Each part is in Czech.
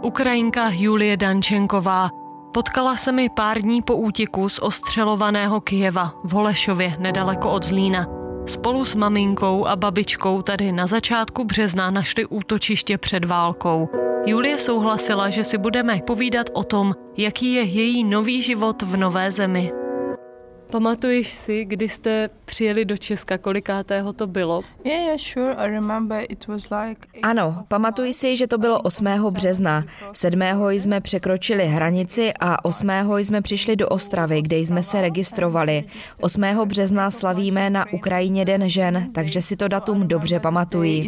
Ukrajinka Julie Dančenková. Potkala se mi pár dní po útěku z ostřelovaného Kyjeva v Holešově nedaleko od Zlína. Spolu s maminkou a babičkou tady na začátku března našli útočiště před válkou. Julie souhlasila, že si budeme povídat o tom, jaký je její nový život v nové zemi. Pamatuješ si, kdy jste přijeli do Česka, kolikátého to bylo? Ano, pamatuji si, že to bylo 8. března. 7. jsme překročili hranici a 8. jsme přišli do Ostravy, kde jsme se registrovali. 8. března slavíme na Ukrajině Den žen, takže si to datum dobře pamatuji.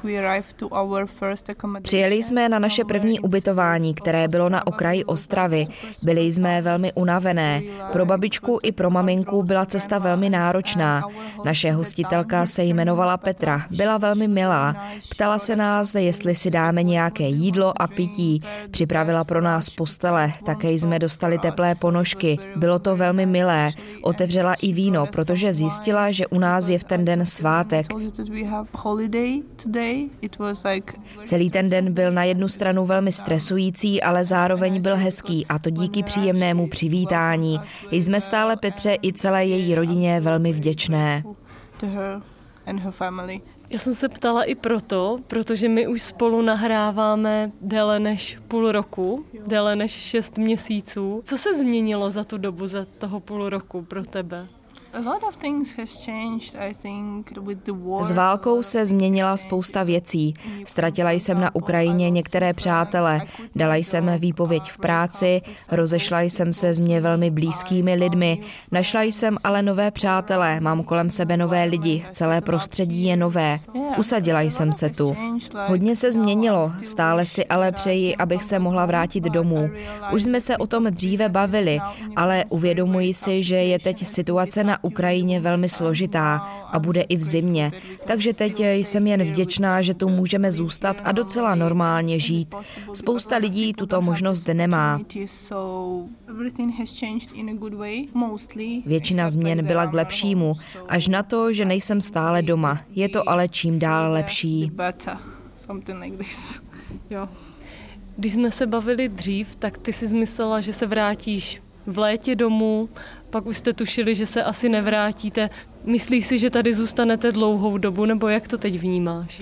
Přijeli jsme na naše první ubytování, které bylo na okraji Ostravy. Byli jsme velmi unavené. Pro babičku i pro maminku byla cesta velmi náročná. Naše hostitelka se jmenovala Petra, byla velmi milá. Ptala se nás, jestli si dáme nějaké jídlo a pití. Připravila pro nás postele, také jsme dostali teplé ponožky. Bylo to velmi milé. Otevřela i víno, protože zjistila, že u nás je v ten den svátek. Celý ten den byl na jednu stranu velmi stresující, ale zároveň byl hezký, a to díky příjemnému přivítání. Jsme stále Petře i celé její rodině velmi vděčné. Já jsem se ptala i proto, protože my už spolu nahráváme déle než půl roku, déle než 6 měsíců. Co se změnilo za tu dobu, za toho půl roku pro tebe? S válkou se změnila spousta věcí. Ztratila jsem na Ukrajině některé přátele, dala jsem výpověď v práci, rozešla jsem se s mě velmi blízkými lidmi, našla jsem ale nové přátelé, mám kolem sebe nové lidi, celé prostředí je nové. Usadila jsem se tu. Hodně se změnilo, stále si ale přeji, abych se mohla vrátit domů. Už jsme se o tom dříve bavili, ale uvědomuji si, že je teď situace na Ukrajině velmi složitá a bude i v zimě. Takže teď jsem jen vděčná, že tu můžeme zůstat a docela normálně žít. Spousta lidí tuto možnost nemá. Většina změn byla k lepšímu, až na to, že nejsem stále doma. Je to ale čím dál lepší. Když jsme se bavili dřív, tak ty si myslela, že se vrátíš v létě domů, pak už jste tušili, že se asi nevrátíte. Myslíš si, že tady zůstanete dlouhou dobu, nebo jak to teď vnímáš?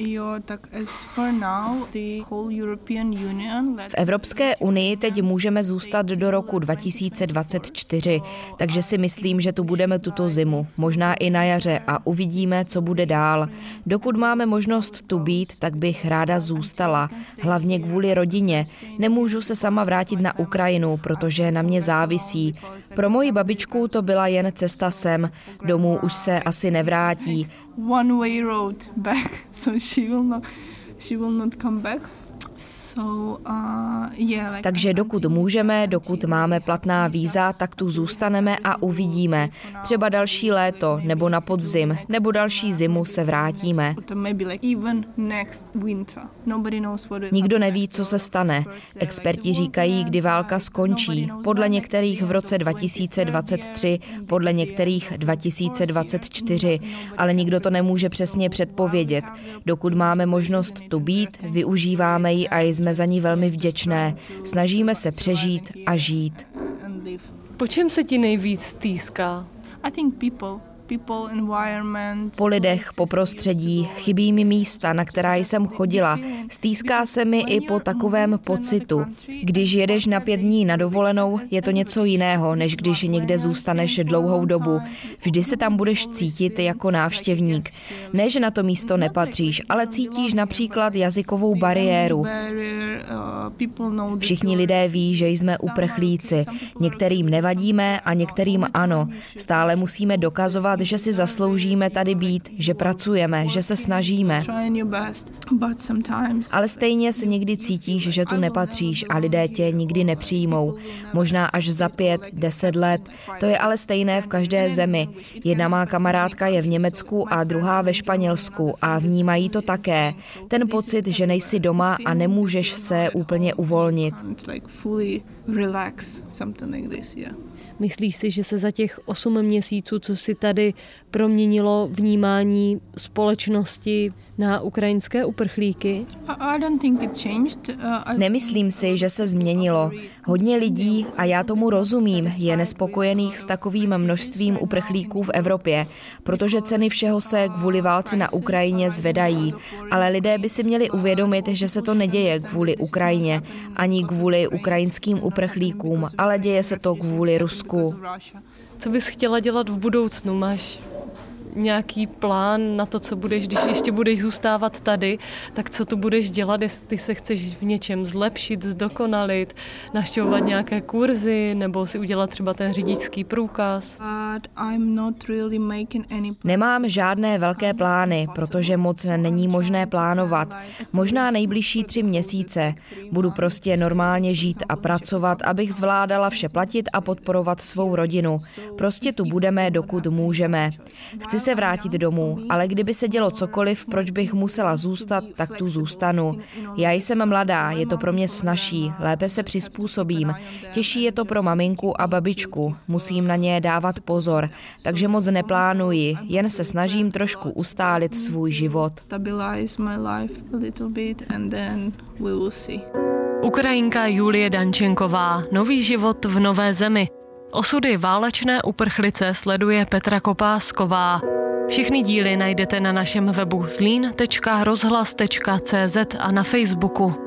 V Evropské unii teď můžeme zůstat do roku 2024, takže si myslím, že tu budeme tuto zimu, možná i na jaře, a uvidíme, co bude dál. Dokud máme možnost tu být, tak bych ráda zůstala, hlavně kvůli rodině. Nemůžu se sama vrátit na Ukrajinu, protože na mě závisí. Pro moji babičku to byla jen cesta sem, domů už se asi nevrátí. Takže dokud můžeme, dokud máme platná víza, tak tu zůstaneme a uvidíme. Třeba další léto, nebo na podzim, nebo další zimu se vrátíme. Nikdo neví, co se stane. Experti říkají, kdy válka skončí. Podle některých v roce 2023, podle některých 2024, ale nikdo to nemůže přesně předpovědět. Dokud máme možnost tu být, využíváme ji a jsme za ní velmi vděčné. Snažíme se přežít a žít. Po čem se ti nejvíc stýská? Po lidech, po prostředí, chybí mi místa, na která jsem chodila. Stýská se mi i po takovém pocitu. Když jedeš na 5 dní na dovolenou, je to něco jiného, než když někde zůstaneš dlouhou dobu. Vždy se tam budeš cítit jako návštěvník. Ne, že na to místo nepatříš, ale cítíš například jazykovou bariéru. Všichni lidé ví, že jsme uprchlíci. Některým nevadíme a některým ano. Stále musíme dokazovat, že si zasloužíme tady být, že pracujeme, že se snažíme. Ale stejně se někdy cítíš, že tu nepatříš a lidé tě nikdy nepřijmou. Možná až za 5-10 let. To je ale stejné v každé zemi. Jedna má kamarádka je v Německu a druhá ve Španělsku a vnímají to také. Ten pocit, že nejsi doma a nemůžeš se úplně uvolnit. Myslíš si, že se za těch 8 měsíců, co si tady proměnilo vnímání společnosti, na ukrajinské uprchlíky? Nemyslím si, že se změnilo. Hodně lidí, a já tomu rozumím, je nespokojených s takovým množstvím uprchlíků v Evropě, protože ceny všeho se kvůli válce na Ukrajině zvedají. Ale lidé by si měli uvědomit, že se to neděje kvůli Ukrajině, ani kvůli ukrajinským uprchlíkům, ale děje se to kvůli Rusku. Co bys chtěla dělat v budoucnu? Máš nějaký plán na to, co budeš, když ještě budeš zůstávat tady, tak co tu budeš dělat, jestli se chceš v něčem zlepšit, zdokonalit, navštěvovat nějaké kurzy, nebo si udělat třeba ten řidičský průkaz? Nemám žádné velké plány, protože moc není možné plánovat. Možná nejbližší 3 měsíce. Budu prostě normálně žít a pracovat, abych zvládala vše platit a podporovat svou rodinu. Prostě tu budeme, dokud můžeme. Chci se vrátit domů, ale kdyby se dělo cokoliv, proč bych musela zůstat, tak tu zůstanu. Já jsem mladá, je to pro mě snazší, lépe se přizpůsobím. Těžší je to pro maminku a babičku, musím na ně dávat pozor, takže moc neplánuji, jen se snažím trošku ustálit svůj život. Ukrajinka Julie Dančenková, nový život v nové zemi. Osudy válečné uprchlice sleduje Petra Kopásková. Všechny díly najdete na našem webu zlín.rozhlas.cz a na Facebooku.